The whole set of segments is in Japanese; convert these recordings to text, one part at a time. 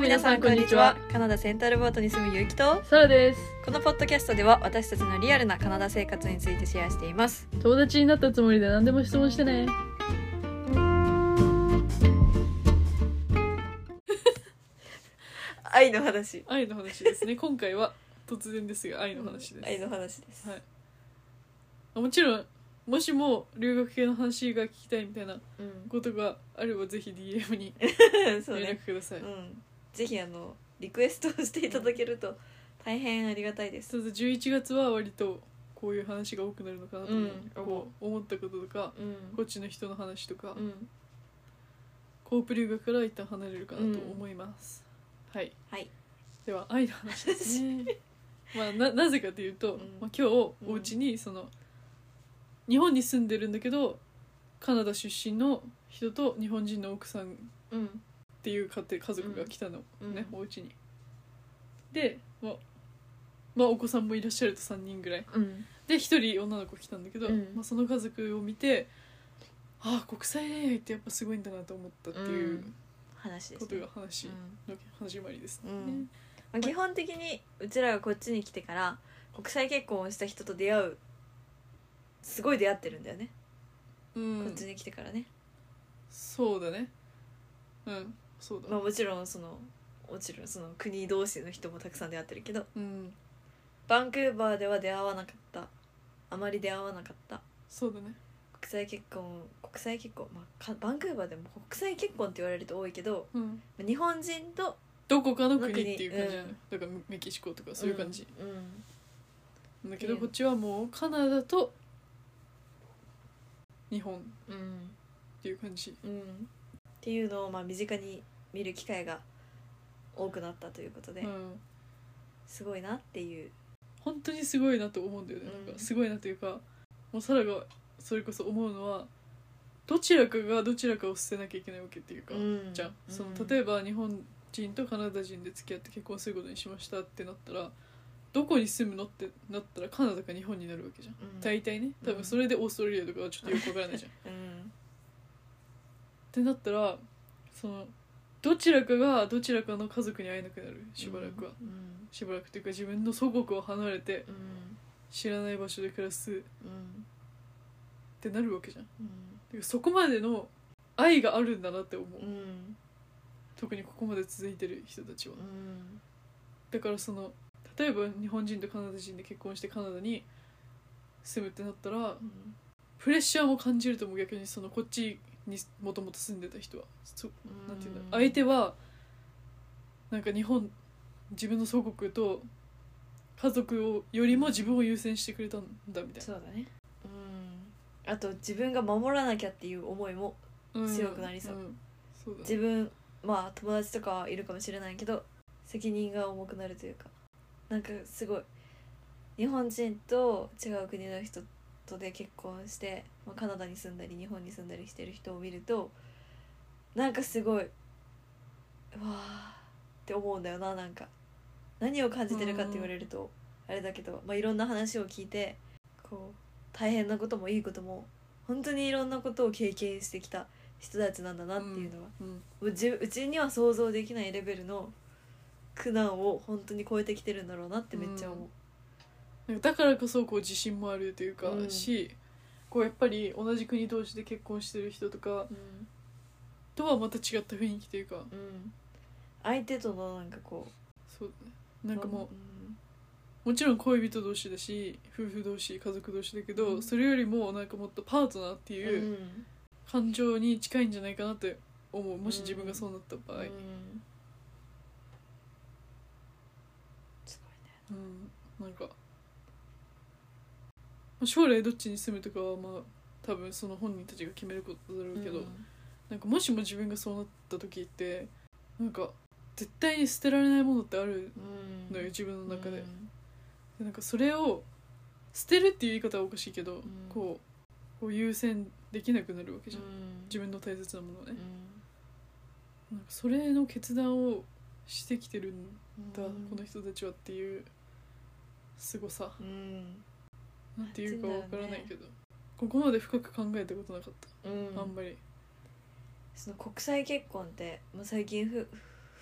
皆さんこんにちは。カナダセンタルボートに住むゆうきとサラです。 このポッドキャストでは私たちのリアルなカナダ生活についてシェアしています。 友達になったつもりで何でも質問してね。 愛の話ですね。今回は突然ですが愛の話です。 愛の話です、 はい、もちろんもしも留学系の話が聞きたいみたいなことがあれば、ぜひ DM に連絡ください。 ぜひリクエストをしていただけると大変ありがたいです。 ただ11月は割とこういう話が多くなるのかなとこう思ったこととか、こっちの人の話とか、コープ留学から一旦離れるかなと思います。はい、では愛の話ですね。なぜかというと、今日お家に日本に住んでるんだけどカナダ出身の人と日本人の奥さんっていう家族が来たの、お家に。で、お子さんもいらっしゃると3人ぐらい、で1人女の子来たんだけど、その家族を見て、国際恋愛ってやっぱすごいんだなと思ったっていうことが話の始まりですね。 基本的にうちらがこっちに来てから国際結婚をした人とすごい出会ってるんだよね、こっちに来てからね。 そうだね、そうだ。 もちろんその国同士の人もたくさん出会ってるけど、バンクーバーではあまり出会わなかった。 そうだね。 国際結婚、バンクーバーでも国際結婚って言われると多いけど、日本人とどこかの国っていう感じじゃない、だからメキシコとかそういう感じ、だけどこっちはもうカナダと日本っていう感じ、 っていうのを身近に見る機会が多くなったということで、すごいなっていう、 本当にすごいなと思うんだよね、なんかすごいなというか、もうサラがそれこそ思うのはどちらかがどちらかを捨てなきゃいけないわけっていうか、じゃん。例えば日本人とカナダ人で付き合って結婚することにしましたってなったら、どこに住むのってなったらカナダか日本になるわけじゃん、大体ね。多分それでオーストラリアとかはちょっとよくわからないじゃん、ってなったらどちらかがどちらかの家族に会えなくなる、しばらくは、しばらくというか自分の祖国を離れて、知らない場所で暮らす、ってなるわけじゃん、そこまでの愛があるんだなって思う、特にここまで続いてる人たちは、だから例えば日本人とカナダ人で結婚してカナダに住むってなったら、プレッシャーも感じると思う。逆にこっちにもともと住んでた人はなんていうんだろう、相手はなんか自分の祖国と家族よりも自分を優先してくれたんだみたいな。 そうだね。あと自分が守らなきゃっていう思いも強くなりそう。 そうだね。 自分友達とかはいるかもしれないけど責任が重くなるというか、なんかすごい日本人と違う国の人とで結婚して、カナダに住んだり日本に住んだりしてる人を見ると、なんかすごいわーって思うんだよな。なんか何を感じてるかって言われるとあれだけど、いろんな話を聞いて、大変なこともいいことも本当にいろんなことを経験してきた人たちなんだなっていうのは、うちには想像できないレベルの苦難を本当に超えてきてるんだろうなってめっちゃ思う、 だからこそ自信もあるというか、しやっぱり同じ国同士で結婚してる人とか、とはまた違った雰囲気というか、 相手とのそうだね、なんかもちろん恋人同士だし夫婦同士家族同士だけど、それよりもなんかもっとパートナーっていう感情に近いんじゃないかなって思う、もし自分がそうなった場合、 すごいね。 なんか将来どっちに住むとかは多分本人たちが決めることだろうけど、なんかもしも自分がそうなった時ってなんか絶対に捨てられないものってあるのよ、自分の中で。なんかそれを捨てるっていう言い方はおかしいけど、こう優先できなくなるわけじゃん、自分の大切なものをね、なんかそれの決断をしてきてるんだ、この人たちはっていう凄さ、なんていうかわからないけど、ここまで深く考えたことなかった、あんまり。 国際結婚って最近増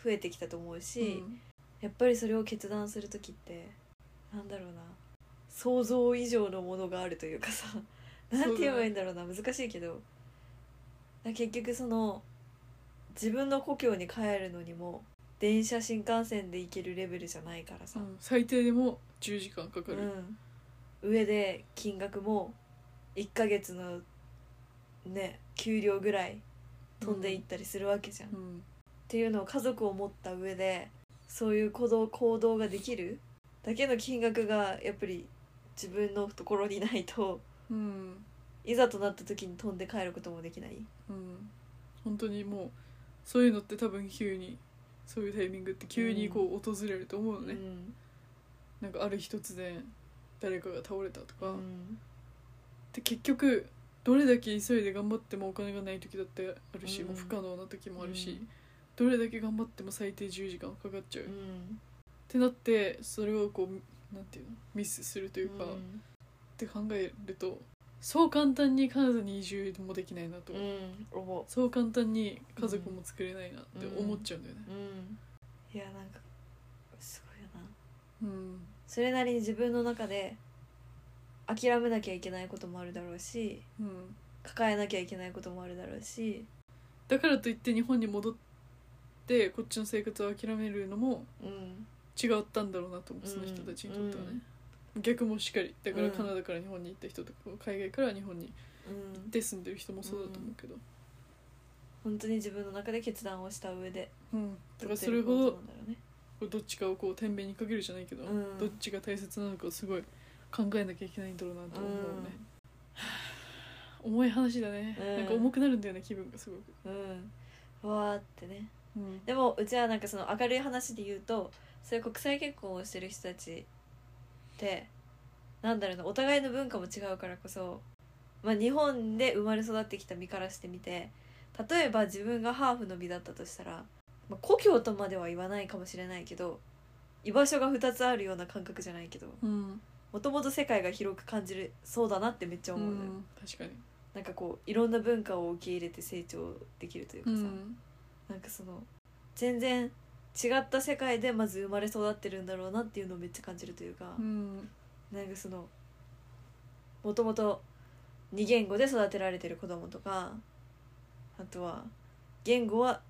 増えてきたと思うし、やっぱりそれを決断する時ってなんだろうな、想像以上のものがあるというかさなんて言えばいいんだろうな、難しいけど結局その自分の故郷に帰るのにも電車新幹線で行けるレベルじゃないからさ、 最低でも10時間かかる、 上で金額も1ヶ月のね給料ぐらい飛んでいったりするわけじゃん、っていうのを家族を持った上でそういう行動ができるだけの金額がやっぱり自分のところにないと、いざとなった時に飛んで帰ることもできない、 本当にもうそういうのって多分急にそういうタイミングって急にこう訪れると思うのね、なんかある日突然誰かが倒れたとか、で結局どれだけ急いで頑張ってもお金がない時だってあるし、もう不可能な時もあるし、どれだけ頑張っても最低10時間かかっちゃう、ってなってそれをこうなんていうのミスするというか、って考えるとそう簡単にカナダに移住もできないなと、そう簡単に家族も作れないなって思っちゃうんだよね、 いやなんかすごいよな、それなりに自分の中で諦めなきゃいけないこともあるだろうし、抱えなきゃいけないこともあるだろうし、 だからといって日本に戻ってこっちの生活を諦めるのも違ったんだろうなと思う、その人たちにとってはね、逆もしっかりだからカナダから日本に行った人とか海外から日本に行って住んでる人もそうだと思うけど、 本当に自分の中で決断をした上で、 だからそれほどどっちかをこう天秤にかけるじゃないけど、どっちが大切なのかをすごい考えなきゃいけないんだろうなと思うね、重い話だね、なんか重くなるんだよね気分がすごく、 わーってね、でもうちはなんかその明るい話で言うとそういう国際結婚をしてる人たちってなんだろうな、お互いの文化も違うからこそ、日本で生まれ育ってきた身からしてみて、例えば自分がハーフの身だったとしたら、故郷とまでは言わないかもしれないけど居場所が2つあるような感覚じゃないけど、もともと世界が広く感じるそうだなってめっちゃ思うのよ、 確かになんかこういろんな文化を受け入れて成長できるというかさ、なんかその全然違った世界でまず生まれ育ってるんだろうなっていうのをめっちゃ感じるというか、なんかそのもともと2言語で育てられてる子供とか、あとは言語は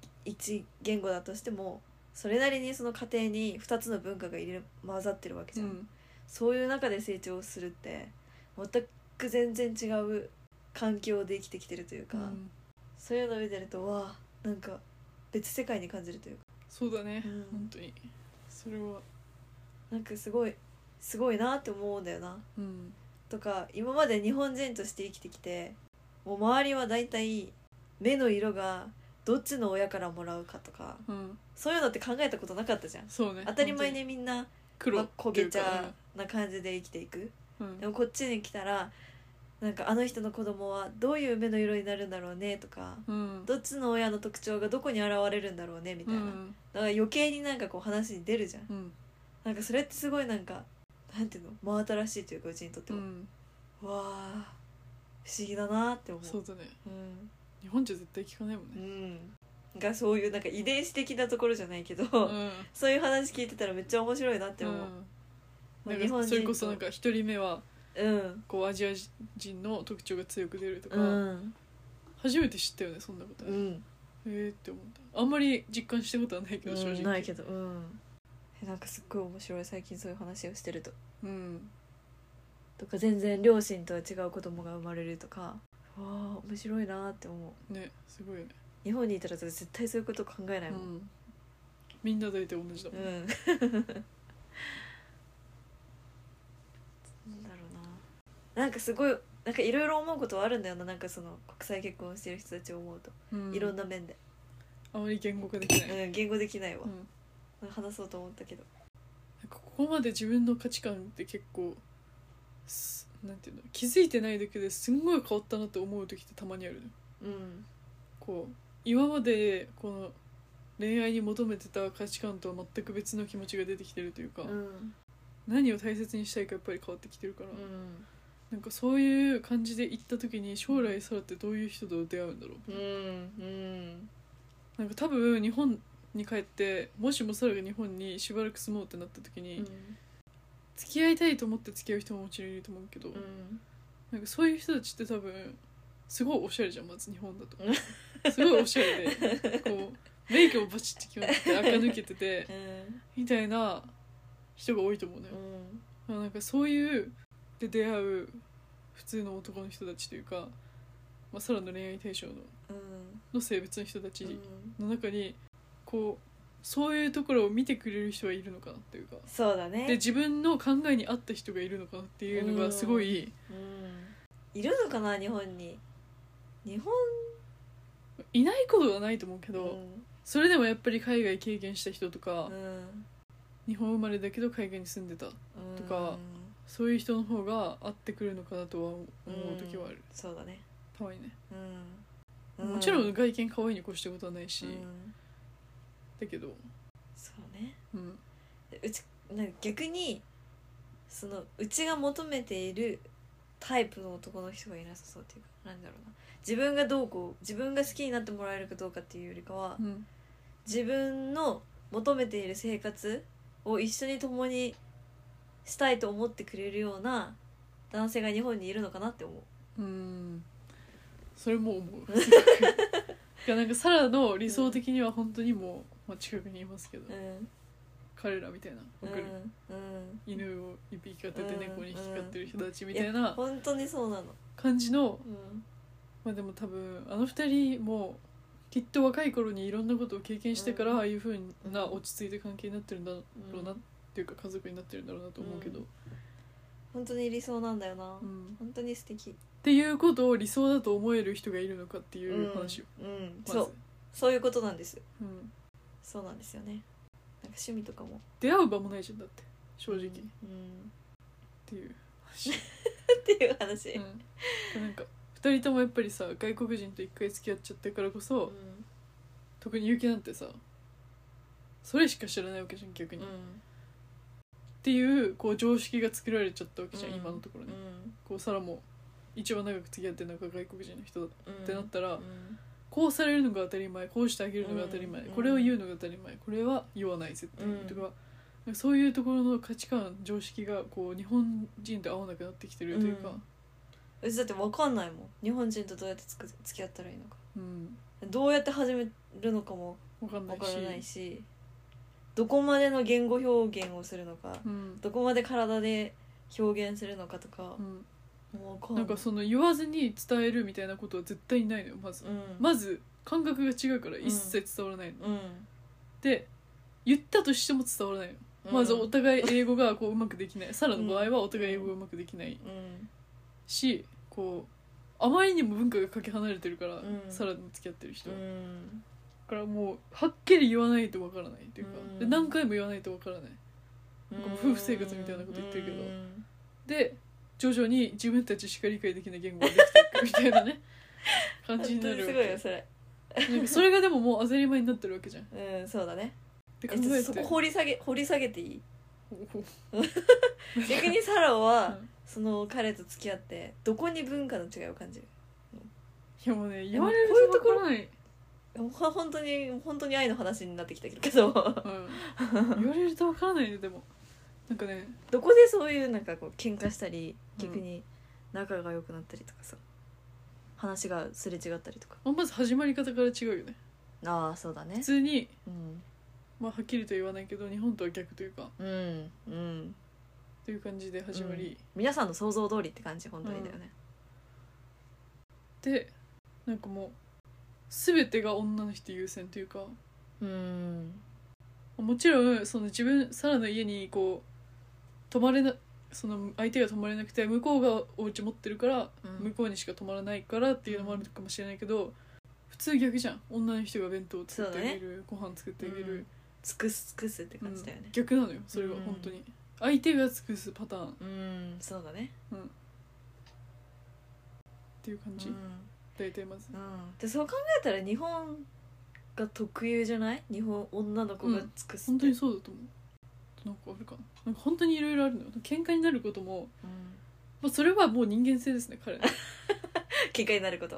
1言語だとしてもそれなりにその家庭に2つの文化が混ざってるわけじゃん、そういう中で成長するって全く全然違う環境で生きてきてるというか、そういうのを見てるとわあなんか別世界に感じるというか、 そうだね、本当にそれはなんかすごいなって思うんだよな、とか今まで日本人として生きてきてもう周りはだいたい目の色がどっちの親からもらうかとか、そういうのって考えたことなかったじゃん、 そうね、 当たり前にみんな焦げ茶な感じで生きていく、でもこっちに来たらなんかあの人の子供はどういう目の色になるんだろうねとか、どっちの親の特徴がどこに現れるんだろうねみたいな、だから余計になんかこう話に出るじゃん、なんかそれってすごいなんかなんていうの真新しいというかうちにとっては、わあ不思議だなって思う。 そうだね、日本じゃ絶対聞かないもんね、 がそういうなんか遺伝子的なところじゃないけど、そういう話聞いてたらめっちゃ面白いなって思う、 なんかそれこそなんか一人目はこうアジア人の特徴が強く出るとか、初めて知ったよねそんなこと、って思った。あんまり実感したことはないけど、正直ないけど、なんかすっごい面白い最近そういう話をしてると、とか全然両親とは違う子供が生まれるとか、わあ面白いなって思うね、すごいよね。 日本にいたら絶対そういうこと考えないもん、 みんな大体同じだもん、 なんだろうな、なんかすごいなんかいろいろ思うことはあるんだよな、なんかその国際結婚してる人たちを思うと、いろんな面であまり言語化できない、 言語できないわ、話そうと思ったけど、 なんかここまで自分の価値観って結構なんていうの、気づいてないだけですんごい変わったなって思う時ってたまにあるの、こう今までこの恋愛に求めてた価値観とは全く別の気持ちが出てきてるというか、何を大切にしたいかやっぱり変わってきてるから、なんかそういう感じで行った時に将来サラってどういう人と出会うんだろう、なんか多分日本に帰ってもしもサラが日本にしばらく住もうってなった時に、 うん付き合いたいと思って付き合う人ももちろんいると思うけど、 うんなんかそういう人たちって多分すごいおしゃれじゃん。まず日本だとすごいおしゃれでこうメイクもバチッて決まって垢抜けててみたいな人が多いと思うね、なんかそういうで出会う普通の男の人たちというか、まあ、サラの恋愛対象の性別の人たちの中にこうそういうところを見てくれる人はいるのかなっていうか、 そうだね。 で自分の考えに合った人がいるのかなっていうのがすごい、 いるのかな日本に。日本いないことはないと思うけど、それでもやっぱり海外経験した人とか、日本生まれだけど海外に住んでたとか、そういう人の方が合ってくるのかなとは思う時はある、 そうだね。 たまにね、もちろん外見可愛いに越したことはないし、だけどそうね、なんか逆にそのうちが求めているタイプの男の人がいなさそうっていうか、なんだろうな、自分がどうこう自分が好きになってもらえるかどうかっていうよりかは、自分の求めている生活を一緒に共にしたいと思ってくれるような男性が日本にいるのかなって思う。 それも思ういやなんかサラの理想的には本当にもう、まあ、近くにいますけど、彼らみたいなわかる、犬を一匹飼ってて猫に引き飼ってる人たちみたいな本当にそうなの感じの、まあでも多分あの二人もきっと若い頃にいろんなことを経験してからああいう風な落ち着いた関係になってるんだろうなっていうか家族になってるんだろうなと思うけど、 本当に理想なんだよな、本当に素敵っていうことを理想だと思える人がいるのかっていう話を、まずそういうことなんですよ、そうなんですよね。なんか趣味とかも出会う場もないじゃんだって正直、っていう話っていう話、 なんか2人ともやっぱりさ外国人と一回付き合っちゃったからこそ、特に結城なんてさそれしか知らないわけじゃん逆に、っていうこう常識が作られちゃったわけじゃん、今のところね、こうサラも一番長く付き合ってるのが外国人の人だってなったら、こうされるのが当たり前、こうしてあげるのが当たり前、これを言うのが当たり前、これは言わない絶対にとか、そういうところの価値観常識がこう日本人と合わなくなってきてるというか、 うちだって分かんないもん、日本人とどうやって付き合ったらいいのか、どうやって始めるのかも分からないし、どこまでの言語表現をするのか、どこまで体で表現するのかとか、 なんかその言わずに伝えるみたいなことは絶対にないのよまず、まず感覚が違うから一切伝わらないの、で言ったとしても伝わらないの、まずお互い英語がこううまくできない、サラの場合はお互い英語がうまくできない、しこうあまりにも文化がかけ離れてるから、サラに付き合ってる人は、だからもうはっきり言わないとわからないっていうか、で何回も言わないとわからない、なんかもう夫婦生活みたいなこと言ってるけど、で徐々に自分たちしか理解できない言語ができていくみたいなね感じになるわけ。すごいよそれなんかそれがでももう当たり前になってるわけじゃん。 そうだね。 って考えてそこ掘り下げていい逆にサラは、その彼と付き合ってどこに文化の違いを感じる？ いやもうね言われるところない、 本当に愛の話になってきたけど、 言われるとわからないね。でもなんかね、 どこでそういうなんかこう喧嘩したり逆に仲が良くなったりとかさ、話がすれ違ったりとか、 まず始まり方から違うよね。 ああそうだね。 普通に、まあはっきりと言わないけど日本とは逆というか、っていう感じで始まり、 皆さんの想像通りって感じ本当にだよね。 でなんかもう全てが女の人優先というか、もちろんその自分サラの家にこう泊まれなその相手が泊まれなくて向こうがお家持ってるから、向こうにしか泊まらないからっていうのもあるかもしれないけど、普通逆じゃん。女の人が弁当を作ってあげる、ご飯作ってあげる、 尽くすって感じだよね。 逆なのよそれは本当に、相手が尽くすパターン、 そうだね、 っていう感じ、大体まず、 でそう考えたら日本が特有じゃない？日本女の子が尽くすって、 本当にそうだと思う。なんかあるかな、なんか本当にいろいろあるのよ。喧嘩になることも、まあ、それはもう人間性ですね彼の喧嘩になることは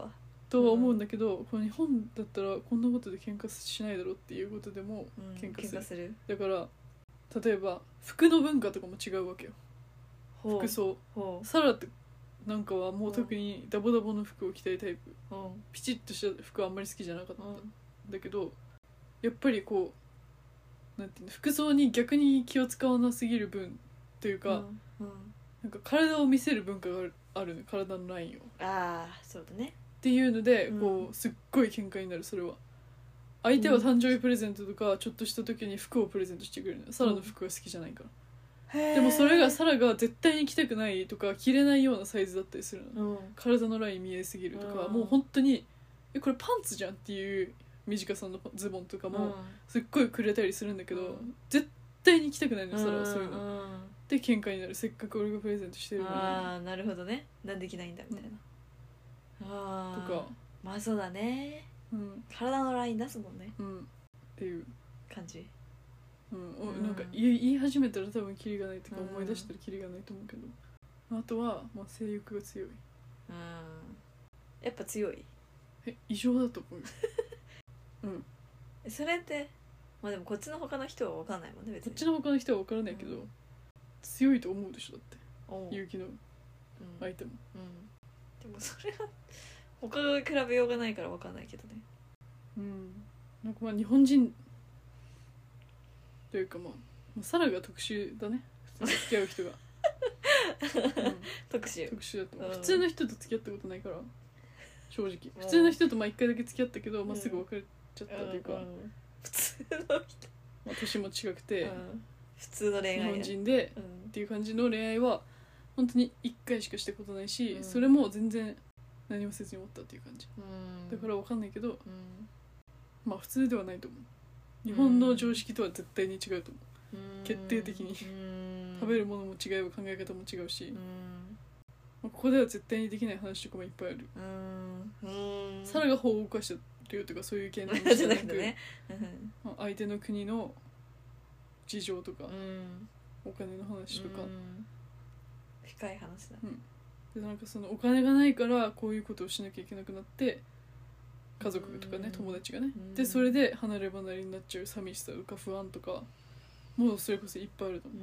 とは思うんだけど、この日本だったらこんなことで喧嘩しないだろうっていうことでも喧嘩する、だから例えば服の文化とかも違うわけよ。服装、サラってなんかはもう特にダボダボの服を着たいタイプ、ピチッとした服はあんまり好きじゃなかった、だけどやっぱりこうなんていうの、服装に逆に気を使わなすぎる分というか、なんか体を見せる文化があるね、体のラインを。 ああそうだねっていうのでこうすっごい喧嘩になる。それは相手は誕生日プレゼントとかちょっとした時に服をプレゼントしてくれるの、サラの服が好きじゃないから、でもそれがサラが絶対に着たくないとか着れないようなサイズだったりするの、体のライン見えすぎるとか、もう本当にこれパンツじゃんっていう短さのズボンとかもすっごいくれたりするんだけど、絶対に着たくないのサラはそういうの、で喧嘩になる。せっかく俺がプレゼントしてるのに。 ああなるほどね、なんで着ないんだみたいな、あとかまあそうだね、体のライン出すもんね、 っていう感じ、 なんか言い始めたら多分キリがないとか思い出したらキリがないと思うけど、あとは、まあ、性欲が強い。 やっぱ強い。 異常だと思うそれってまあでもこっちの他の人は分かんないもんね別に。 こっちの他の人は分からないけど、強いと思うでしょだって勇気の相手も、 でもそれは他が比べようがないから分かんないけどね。 なんかまあ日本人というかまあサラが特殊だね、普通に付き合う人が特殊だと思う。普通の人と付き合ったことないから正直、普通の人とまあ1回だけ付き合ったけど、まあ、すぐ別れちゃったというか、 普通の人、 まあ、年も違くて、 普通の恋愛日本人で、っていう感じの恋愛は本当に1回しかしたことないし、それも全然何もせずに終わったっていう感じ、だから分かんないけど、まあ普通ではないと思う。日本の常識とは絶対に違うと思う、決定的に食べるものも違えば考え方も違うし、ここでは絶対にできない話とかもいっぱいある。サラが法を犯したるとかそういう件じゃなくて、相手の国の事情とか、お金の話とか、 深い話だ、 でなんかそのお金がないからこういうことをしなきゃいけなくなって家族とかね、友達がね、でそれで離れ離れになっちゃう寂しさとか不安とかもうそれこそいっぱいあると思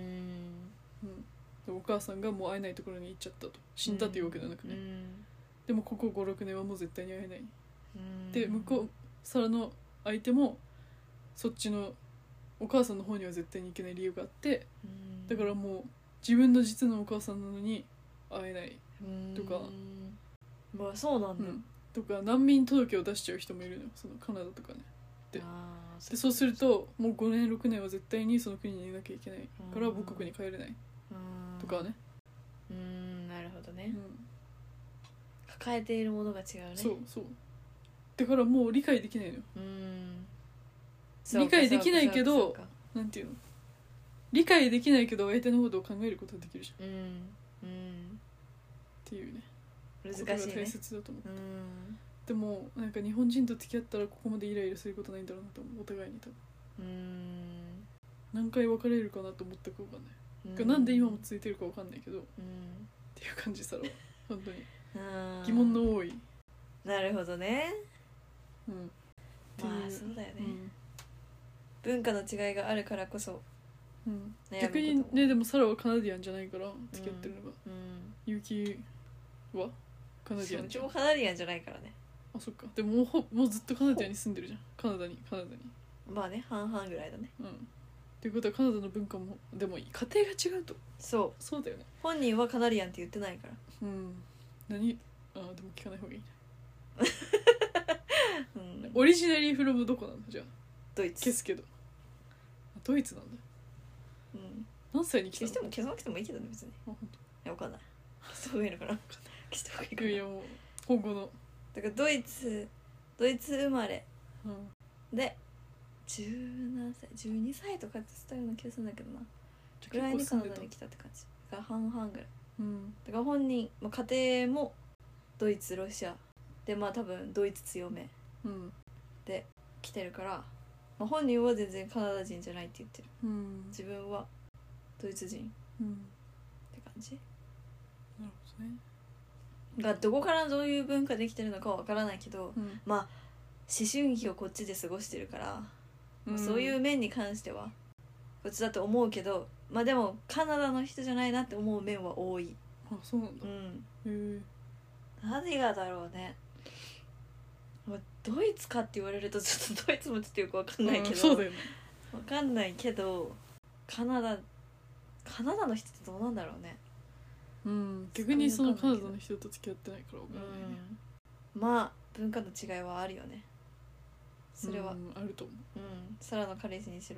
う。お母さんがもう会えないところに行っちゃったと、死んだっていうわけではなくね、でもここ 5,6 年はもう絶対に会えない、で向こうサラの相手もそっちのお母さんの方には絶対に行けない理由があって、だからもう自分の実のお母さんなのに会えないとか、 まあそうなんだ、 とか難民届を出しちゃう人もいるのよ、そのカナダとかね。でそうするともう5年6年は絶対にその国にいなきゃいけないから母国に帰れないとかね。 なるほどね、抱えているものが違うね。 そうだからもう理解できないのよ。理解できないけど、なんていうの、理解できないけど相手のことを考えることができるじゃん、っていうね、 難しいね、ことが大切だと思う。でもなんか日本人と付き合ったらここまでイライラすることないんだろうなと思う、お互いに多分。何回別れるかなと思ったか分かんない、なんで今も続いてるか分かんないけど、っていう感じさらは本当に疑問の多い。 なるほどね、まあそうだよね、文化の違いがあるからこそ、 逆にね。でもサラはカナディアンじゃないから付き合ってるのが、ユキはカナディアン。 うちもカナディアンじゃないからね。 あ、そっか。でももうずっとカナディアンに住んでるじゃん、カナダに。 まあね、半々ぐらいだね。 っていうことはカナダの文化もでも家庭が違うと。そうだよね。 本人はカナディアンって言ってないから。 でも聞かない方がいいね。オリジナリーフロムどこなんだじゃあ。 ドイツ。 消すけど。ドイツなんだ。何歳に来たの？ 消さなくてもいいけどね別に。 本当。 いやわかんない。消した方がいいのかな。消した方がいいかな。 いやもう今後の。 だからドイツ生まれ、で17歳12歳とかって言ったような気がするんだけどな。ぐらいにカナダに来たって感じ。だから半々ぐらい。だから本人、家庭もドイツロシアで、まあ多分ドイツ強め、で来てるから、本人は全然カナダ人じゃないって言ってる、自分はドイツ人、って感じ。 なるほどね。 がどこからどういう文化できてるのかはわからないけど、まあ思春期をこっちで過ごしてるから、そういう面に関してはこっちだと思うけど、まあでもカナダの人じゃないなって思う面は多い。 あ、そうなんだ。 何がだろうね。ドイツかって言われるとちょっとドイツもちょっとよくわかんないけど、 そうだよね、 わかんないけどカナダの人ってどうなんだろうね。 逆にそのカナダの人と付き合ってないからわからないね。 まあ文化の違いはあるよね。それは、 あると思う。 サラの彼氏にしろ、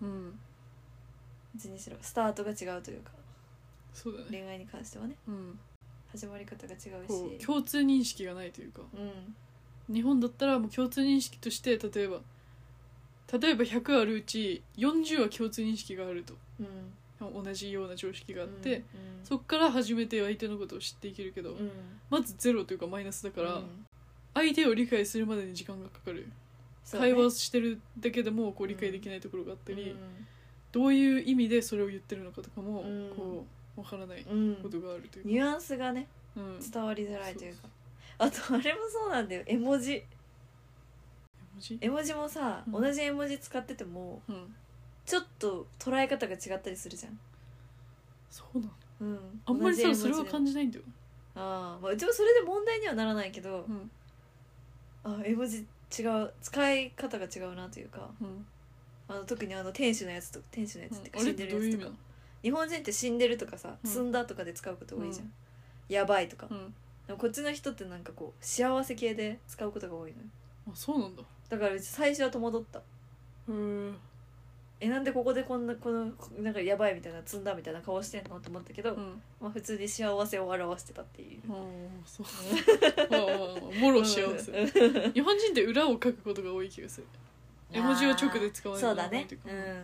別にしろスタートが違うというか、 そうだね、 恋愛に関してはね、始まり方が違うし、 共通認識がないというか、日本だったらもう共通認識として例えば100あるうち40は共通認識があると、同じような常識があって、そっから初めて相手のことを知っていけるけど、まずゼロというかマイナスだから、相手を理解するまでに時間がかかる、会話をしてるだけでもこう理解できないところがあったり、どういう意味でそれを言ってるのかとかもこう分からないことがあるというか、 ニュアンスがね、伝わりづらいというか、あとあれもそうなんだよ、絵文字もさ、同じ絵文字使ってても、ちょっと捉え方が違ったりするじゃん。 そうなの、あんまりさそれは感じないんだよ。 まあうちもそれで問題にはならないけど、絵文字違う、使い方が違うなというか、特に天使のやつってか死んでるやつとか、日本人って死んでるとかさ、積んだとかで使うこと多いじゃん、やばいとか、でもこっちの人ってなんかこう幸せ系で使うことが多いのよ。 あ、そうなんだ。 だからうち最初は戸惑った。なんでここでこのなんかやばいみたいな、積んだみたいな顔してんのと思ったけど、まあ普通に幸せを表してたっていう。 そうもろ幸せ。日本人って裏を書くことが多い気がする。絵文字を直で使わないとか。そうだね。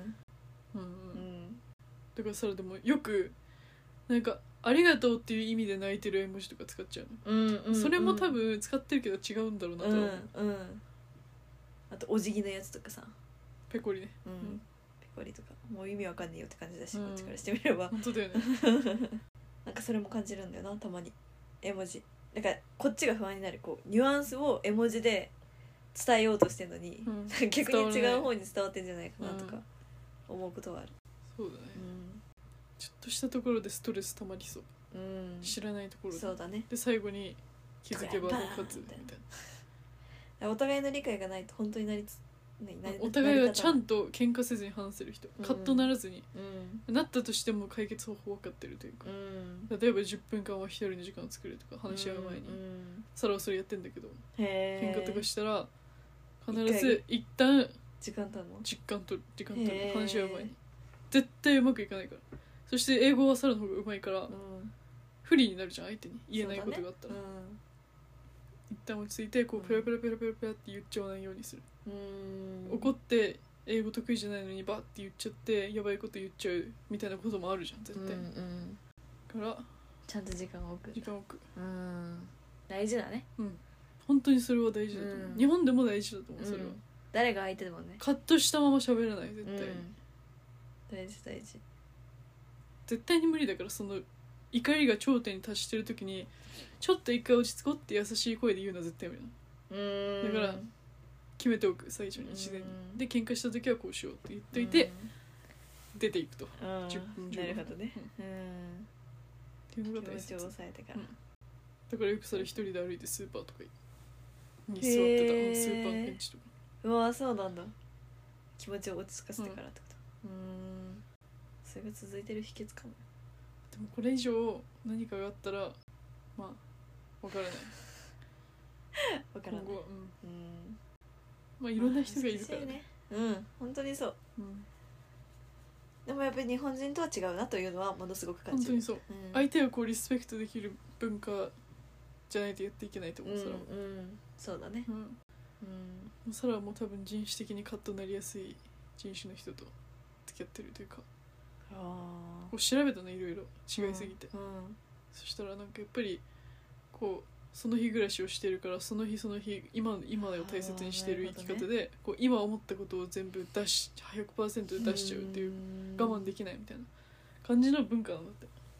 だからさ、でもよくなんかありがとうっていう意味で泣いてる絵文字とか使っちゃうの。それも多分使ってるけど違うんだろうなと思う。 あとお辞儀のやつとかさ、 ペコリね。 ペコリとかもう意味わかんねえよって感じだし、こっちからしてみれば。 本当だよね。 なんかそれも感じるんだよな、たまに絵文字。だからこっちが不安になる、こうニュアンスを絵文字で伝えようとしてるのに、逆に違う方に伝わってんじゃないかなとか思うことはある。 そうだね、ちょっとしたところでストレス溜まりそう、知らないところで。 そうだね。 で最後に気づけば勝つみたいな。お互いの理解がないと本当にお互いがちゃんと喧嘩せずに話せる人、カッとならずに、なったとしても解決方法分かってるというか、例えば10分間は一人の時間を作るとか話し合う前に、サラはそれやってんだけど、喧嘩とかしたら必ず一旦時間取る話し合う前に。絶対うまくいかないから。そして英語はサラの方がうまいから、不利になるじゃん、相手に言えないことがあったら、一旦落ち着いてこうペラペラペラペラペラって言っちゃわないようにする。怒って英語得意じゃないのにバッて言っちゃってやばいこと言っちゃうみたいなこともあるじゃん絶対、からちゃんと時間を置く。大事だね。 本当にそれは大事だと思う、日本でも大事だと思う。それは、 誰が相手でもね、 カットしたまま喋らない、絶対、 大事絶対に無理だから。その怒りが頂点に達してる時にちょっと一回落ち着こうって優しい声で言うのは絶対無理だから、決めておく、最初に自然に。で喧嘩した時はこうしようって言っといて、出ていくと、10分15分。 なるほどね。 っていうのが大切。 気持ちを抑えてから、 だからよくそれ一人で歩いてスーパーとかに座ってた、スーパーのベンチとか。 うわ、そうなんだ。気持ちを落ち着かせてからってこと。それが続いてる秘訣かも。 でもこれ以上何かがあったらまあ分からない。 分からない。 今後はまあいろんな人がいるからね。 本当にそう。でもやっぱり日本人とは違うなというのはものすごく感じる。 本当にそう。相手をこうリスペクトできる文化じゃないとやっていけないと思う。 そうだね。 サラはもう多分人種的にカッとなりやすい人種の人と付き合ってるというか、こう調べたのいろいろ違いすぎて、そしたらなんかやっぱりこうその日暮らしをしてるから、その日その日今を大切にしてる生き方で、こう今思ったことを全部100% で出しちゃうっていう、我慢できないみたいな感じの文化なんだって。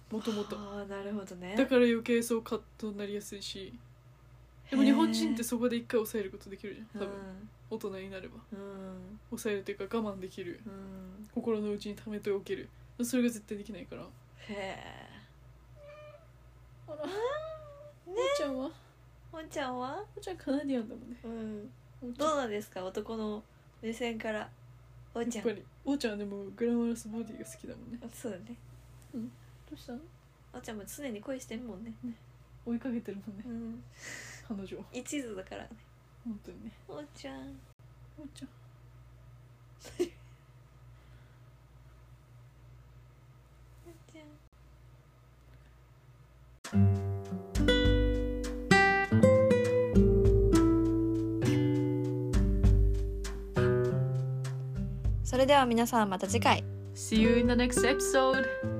もともと。 ああなるほどね。 だから余計そうカットになりやすいし、でも日本人ってそこで一回抑えることできるじゃん多分、大人になれば、抑えるというか我慢できる、心の内に溜めておける、それが絶対できないから。へえ。あら、おちゃんはおちゃんはおちゃんカナディアンだもんね。 どうなんですか、男の目線から。おちゃんやっぱりおちゃんはでもグラマラスボディが好きだもんね。 そうだね。 どうしたの？ おちゃんも常に恋してるもんね。 追いかけてるもんね、彼女一途だからね。 本当にね。 おちゃんおちゃんそれでは皆さんまた次回。 See you in the next episode!